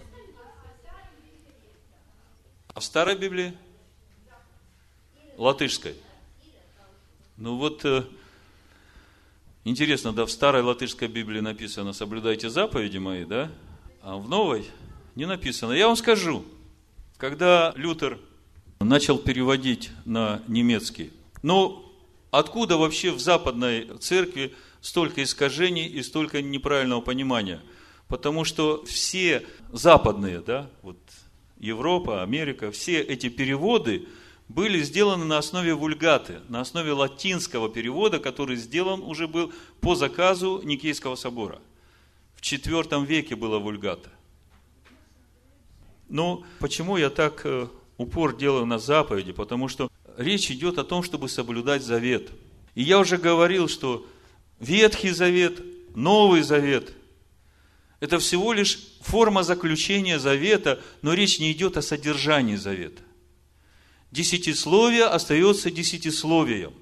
А в старой Библии? Латышской. Ну вот, интересно, да, в старой латышской Библии написано «соблюдайте заповеди мои», да? А в новой не написано. Я вам скажу, когда Лютер начал переводить на немецкий, ну, откуда вообще в западной церкви столько искажений и столько неправильного понимания? Потому что все западные, да, вот Европа, Америка, все эти переводы были сделаны на основе вульгаты, на основе латинского перевода, который сделан уже был по заказу Никейского собора. В IV веке была вульгата. Ну, почему я так упор делаю на заповеди? Потому что речь идет о том, чтобы соблюдать завет. И я уже говорил, что Ветхий Завет, Новый Завет – это всего лишь форма заключения завета, но речь не идет о содержании завета. Десятисловие остается десятисловием.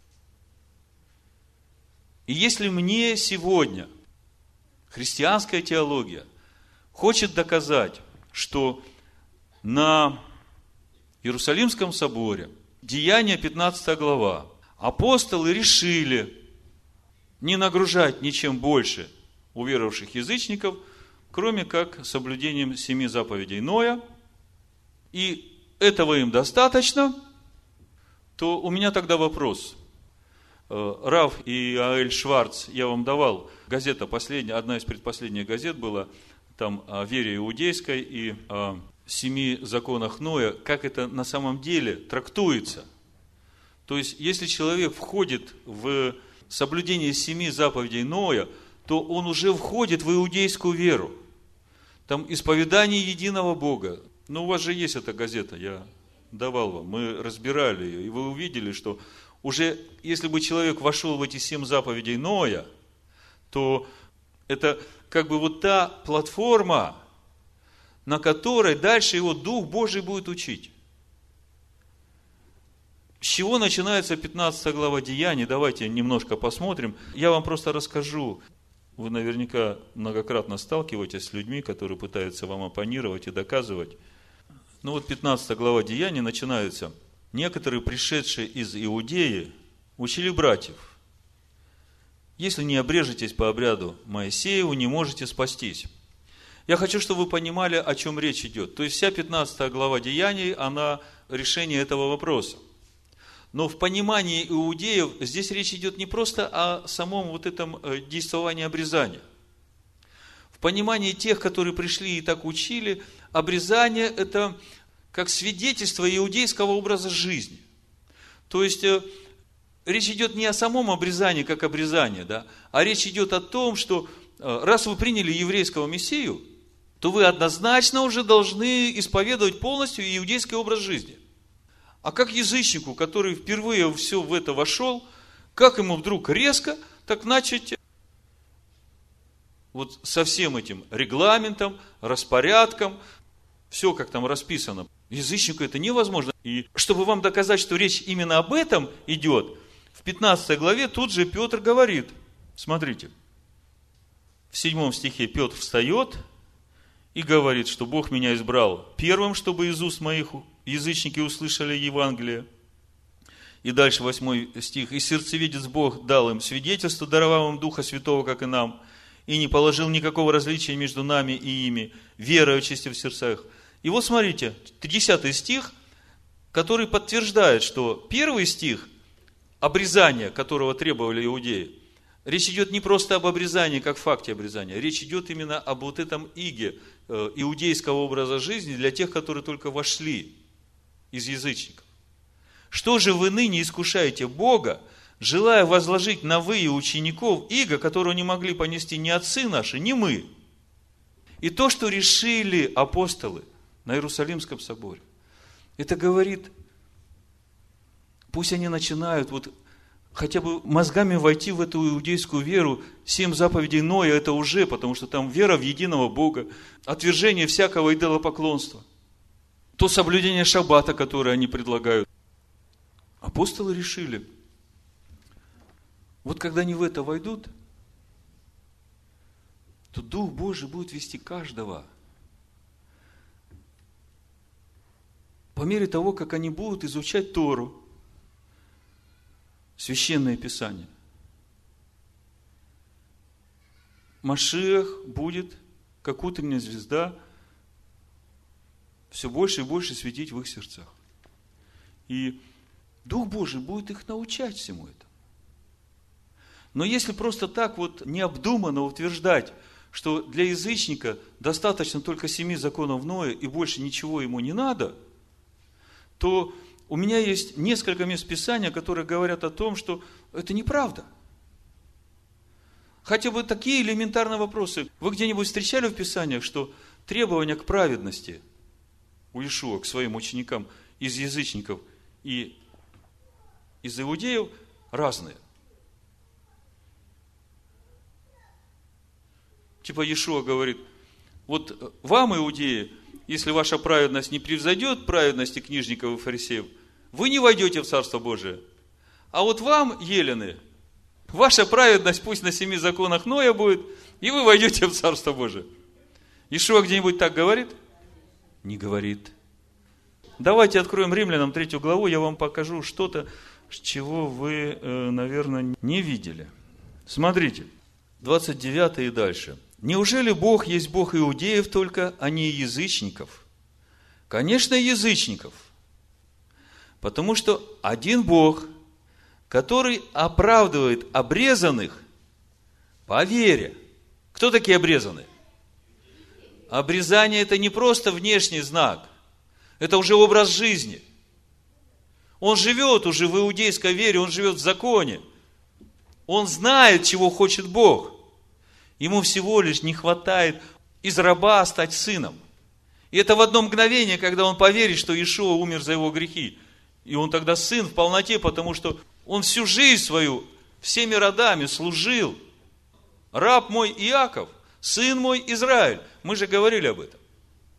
И если мне сегодня христианская теология хочет доказать, что на Иерусалимском соборе, Деяния 15 глава, апостолы решили не нагружать ничем больше уверовавших язычников, кроме как соблюдением 7 заповедей Ноя, и этого им достаточно, то у меня тогда вопрос. Рав и А.Л. Шварц, я вам давал, газета последняя, одна из предпоследних газет была, там о вере иудейской и о 7 законах Ноя, как это на самом деле трактуется. То есть, если человек входит в соблюдение 7 заповедей Ноя, то он уже входит в иудейскую веру. Там исповедание единого Бога. Ну, у вас же есть эта газета, я давал вам, мы разбирали ее, и вы увидели, что уже, если бы человек вошел в эти 7 заповедей Ноя, то это как бы вот та платформа, на которой дальше его Дух Божий будет учить. С чего начинается 15 глава Деяний? Давайте немножко посмотрим. Я вам просто расскажу. Вы наверняка многократно сталкиваетесь с людьми, которые пытаются вам оппонировать и доказывать. Ну вот 15 глава Деяний начинается. Некоторые, пришедшие из Иудеи, учили братьев. Если не обрежетесь по обряду Моисееву, не можете спастись. Я хочу, чтобы вы понимали, о чем речь идет. То есть вся 15 глава Деяний, она решение этого вопроса. Но в понимании иудеев здесь речь идет не просто о самом вот этом действовании обрезания. В понимании тех, которые пришли и так учили, обрезание – это как свидетельство иудейского образа жизни. То есть речь идет не о самом обрезании, как обрезание, да, а речь идет о том, что раз вы приняли еврейского Мессию, то вы однозначно уже должны исповедовать полностью иудейский образ жизни. А как язычнику, который впервые все в это вошел, как ему вдруг резко так начать вот со всем этим регламентом, распорядком, все как там расписано. Язычнику это невозможно. И чтобы вам доказать, что речь именно об этом идет, в 15 главе тут же Петр говорит, смотрите, в 7 стихе Петр встает и говорит, что Бог меня избрал первым, чтобы из уст моих язычники услышали Евангелие. И дальше 8 стих. И сердцевидец Бог дал им свидетельство, даровав им Духа Святого, как и нам, и не положил никакого различия между нами и ими, верою чисти в сердцах. И вот смотрите, 10 стих, который подтверждает, что первый стих, обрезание, которого требовали иудеи, речь идет не просто об обрезании, как факте обрезания, речь идет именно об вот этом иге иудейского образа жизни для тех, которые только вошли из язычников. Что же вы ныне искушаете Бога, желая возложить на вы и учеников иго, которого не могли понести ни отцы наши, ни мы? И то, что решили апостолы на Иерусалимском соборе, это говорит, пусть они начинают вот хотя бы мозгами войти в эту иудейскую веру. 7 заповедей Ноя это уже, потому что там вера в единого Бога, отвержение всякого идолопоклонства, то соблюдение шаббата, которое они предлагают. Апостолы решили, вот когда они в это войдут, то Дух Божий будет вести каждого по мере того, как они будут изучать Тору, Священное Писание. Машиах будет, как утренняя звезда, все больше и больше светить в их сердцах. И Дух Божий будет их научать всему этому. Но если просто так вот необдуманно утверждать, что для язычника достаточно только 7 законов Ноя и больше ничего ему не надо, то у меня есть несколько мест Писания, которые говорят о том, что это неправда. Хотя бы такие элементарные вопросы. Вы где-нибудь встречали в Писаниях, что требования к праведности у Иешуа к своим ученикам из язычников и из иудеев разные? Типа Иешуа говорит, вот вам, иудеи, если ваша праведность не превзойдет праведности книжников и фарисеев, вы не войдете в Царство Божие. А вот вам, елены, ваша праведность пусть на 7 законах Ноя будет, и вы войдете в Царство Божие. Иешуа где-нибудь так говорит? Не говорит. Давайте откроем Римлянам 3 главу, я вам покажу что-то, чего вы, наверное, не видели. Смотрите, 29 и дальше. Неужели Бог есть Бог иудеев только, а не язычников? Конечно, язычников. Потому что один Бог, который оправдывает обрезанных по вере. Кто такие обрезанные? Обрезание это не просто внешний знак. Это уже образ жизни. Он живет уже в иудейской вере, он живет в законе. Он знает, чего хочет Бог. Ему всего лишь не хватает из раба стать сыном. И это в одно мгновение, когда он поверит, что Иешуа умер за его грехи. И он тогда сын в полноте, потому что он всю жизнь свою всеми родами служил. Раб мой Иаков, сын мой Израиль. Мы же говорили об этом.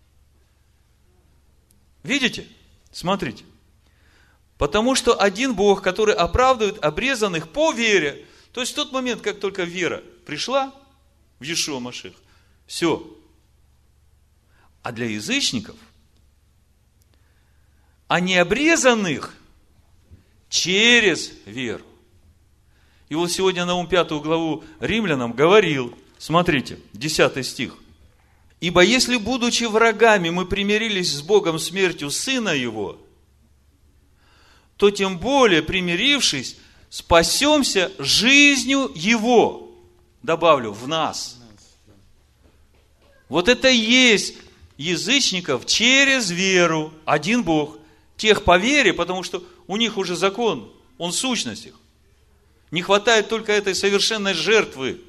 Видите? Смотрите. Потому что один Бог, который оправдывает обрезанных по вере. То есть в тот момент, как только вера пришла в Иешуа Машиах, все. А для язычников, а не обрезанных через веру. И вот сегодня Наум 5 главу Римлянам говорил, смотрите, 10 стих. Ибо если, будучи врагами, мы примирились с Богом смертью Сына Его, то тем более, примирившись, спасемся жизнью Его. Добавлю, в нас. Вот это и есть язычников через веру. Один Бог. Тех по вере, потому что у них уже закон, он сущность их. Не хватает только этой совершенной жертвы,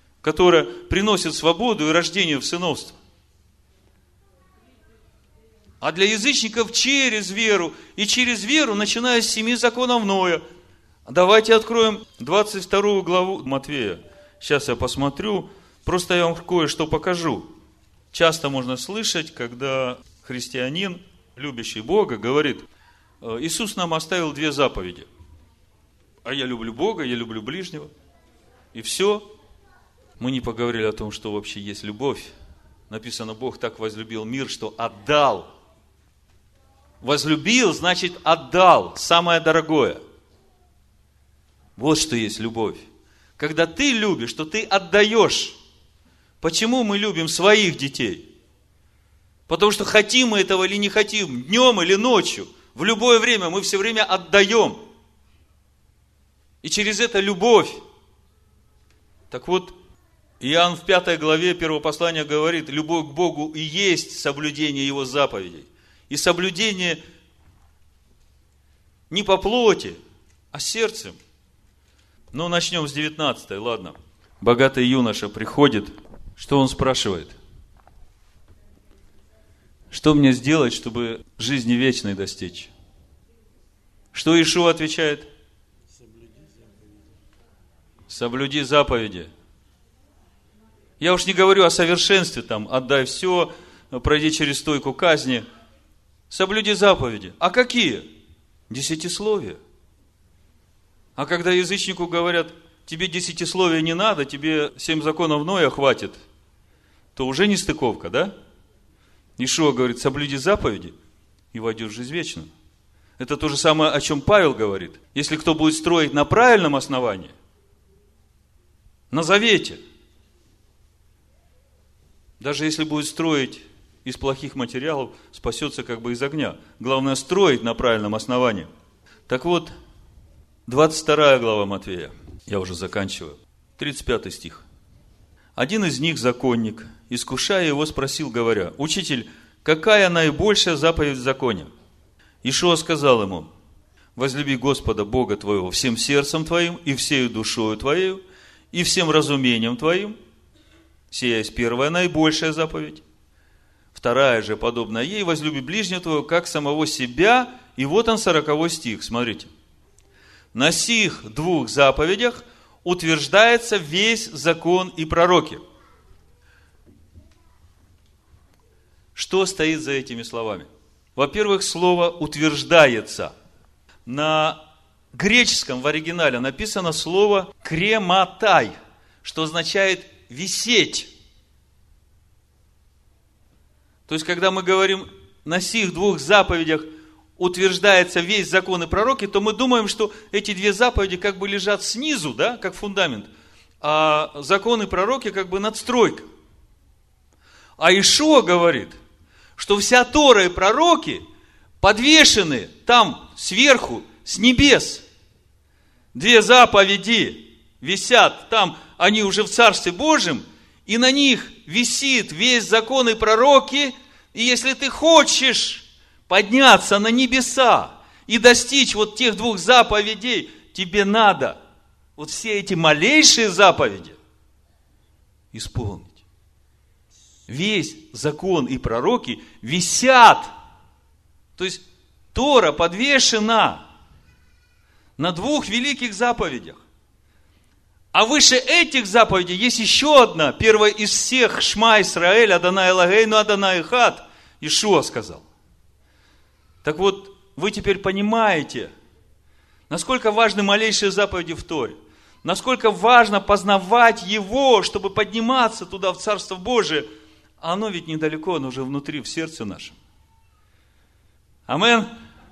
которая приносит свободу и рождение в сыновство. А для язычников через веру. И через веру, начиная с 7 законов Ноя. Давайте откроем 22 главу Матфея. Сейчас я посмотрю. Просто я вам кое-что покажу. Часто можно слышать, когда христианин, любящий Бога, говорит: Иисус нам оставил 2 заповеди. А я люблю Бога, я люблю ближнего. И все. Мы не поговорили о том, что вообще есть любовь. Написано, Бог так возлюбил мир, что отдал. Возлюбил, значит отдал. Самое дорогое. Вот что есть любовь. Когда ты любишь, то ты отдаешь. Почему мы любим своих детей? Потому что хотим мы этого или не хотим, днем или ночью, в любое время мы все время отдаем. И через это любовь. Так вот, Иоанн в 5 главе 1 послания говорит, любовь к Богу и есть соблюдение Его заповедей. И соблюдение не по плоти, а сердцем. Ну, начнем с 19, ладно. Богатый юноша приходит, что он спрашивает? Что мне сделать, чтобы жизни вечной достичь? Что Иешуа отвечает? Соблюди заповеди. Я уж не говорю о совершенстве, там, отдай все, пройди через стойку казни. Соблюди заповеди. А какие? 10 А когда язычнику говорят, тебе 10 не надо, тебе 7 законов Ноя хватит, то уже не стыковка, да? Иешуа говорит, соблюди заповеди и войдешь в жизнь вечную. Это то же самое, о чем Павел говорит. Если кто будет строить на правильном основании, на завете, даже если будет строить из плохих материалов, спасется как бы из огня. Главное строить на правильном основании. Так вот, 22 глава Матфея, я уже заканчиваю, 35 стих. Один из них, законник, искушая его, спросил, говоря, «Учитель, какая наибольшая заповедь в законе?» Иешуа сказал ему, «Возлюби Господа Бога твоего всем сердцем твоим, и всею душою твоею, и всем разумением твоим». Сия есть первая, наибольшая заповедь. Вторая же, подобная ей, возлюби ближнего твоего, как самого себя. И вот он, 40 стих, смотрите. На сих 2 заповедях утверждается весь закон и пророки. Что стоит за этими словами? Во-первых, слово «утверждается». На греческом в оригинале написано слово «крематай», что означает «висеть». То есть, когда мы говорим «на сих 2 заповедях утверждается весь закон и пророки», то мы думаем, что эти 2 заповеди как бы лежат снизу, да, как фундамент, а закон и пророки как бы надстройка. А Иешуа говорит, что вся Тора и пророки подвешены там сверху, с небес. 2 заповеди висят там, они уже в Царстве Божьем, и на них висит весь закон и пророки, и если ты хочешь подняться на небеса и достичь вот тех 2 заповедей, тебе надо вот все эти малейшие заповеди исполнить. Весь закон и пророки висят. То есть Тора подвешена на 2 великих заповедях. А выше этих заповедей есть еще одна, первая из всех, Шма Исраэль, Адонай Элогейну, Адонай Эхад, Иешуа сказал. Так вот, вы теперь понимаете, насколько важны малейшие заповеди в Торе, насколько важно познавать Его, чтобы подниматься туда, в Царство Божие, а оно ведь недалеко, оно уже внутри, в сердце нашем. Амен.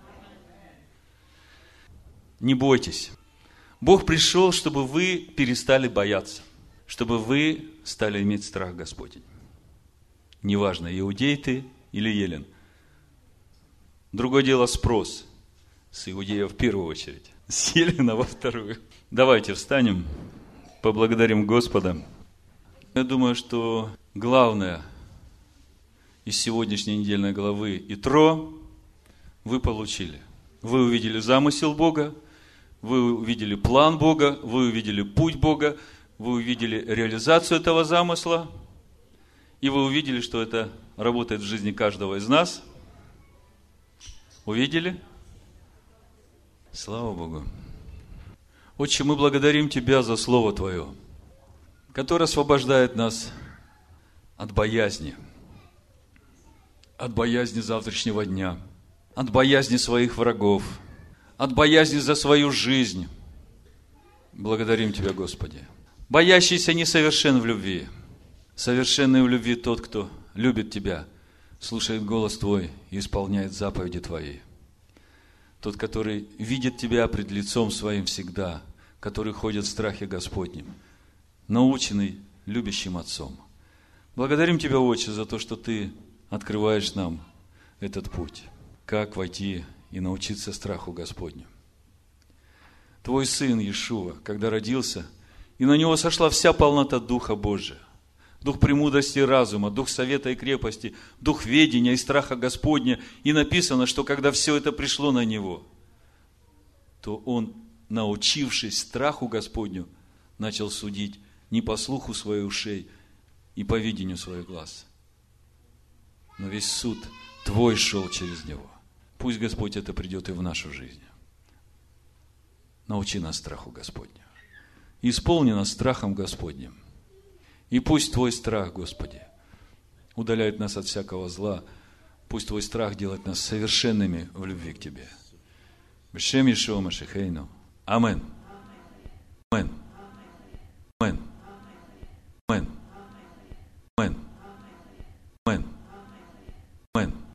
Не бойтесь. Бог пришел, чтобы вы перестали бояться, чтобы вы стали иметь страх Господень. Неважно, иудей ты или елен. Другое дело спрос. С иудея в первую очередь, с елена во вторую. Давайте встанем, поблагодарим Господа. Я думаю, что главное из сегодняшней недельной главы Итро вы получили. Вы увидели замысел Бога, вы увидели план Бога, вы увидели путь Бога, вы увидели реализацию этого замысла, и вы увидели, что это работает в жизни каждого из нас. Увидели? Слава Богу. Отче, мы благодарим Тебя за Слово Твое, которое освобождает нас от боязни завтрашнего дня, от боязни своих врагов, от боязни за свою жизнь. Благодарим Тебя, Господи. Боящийся несовершен в любви. Совершенный в любви тот, кто любит Тебя, слушает голос Твой и исполняет заповеди Твои. Тот, который видит Тебя пред лицом Своим всегда, который ходит в страхе Господнем, наученный любящим Отцом. Благодарим Тебя, Отче, за то, что Ты открываешь нам этот путь, как войти и научиться страху Господню. Твой Сын Иешуа, когда родился, и на Него сошла вся полнота Духа Божия, Дух премудрости и разума, Дух совета и крепости, Дух ведения и страха Господня. И написано, что когда все это пришло на Него, то Он, научившись страху Господню, начал судить не по слуху своих ушей и по видению своих глаз. Но весь суд Твой шел через Него. Пусть, Господь, это придет и в нашу жизнь. Научи нас страху Господню. Исполни нас страхом Господним. И пусть Твой страх, Господи, удаляет нас от всякого зла. Пусть Твой страх делает нас совершенными в любви к Тебе. Бешем Иешуа Машихейну. Амин.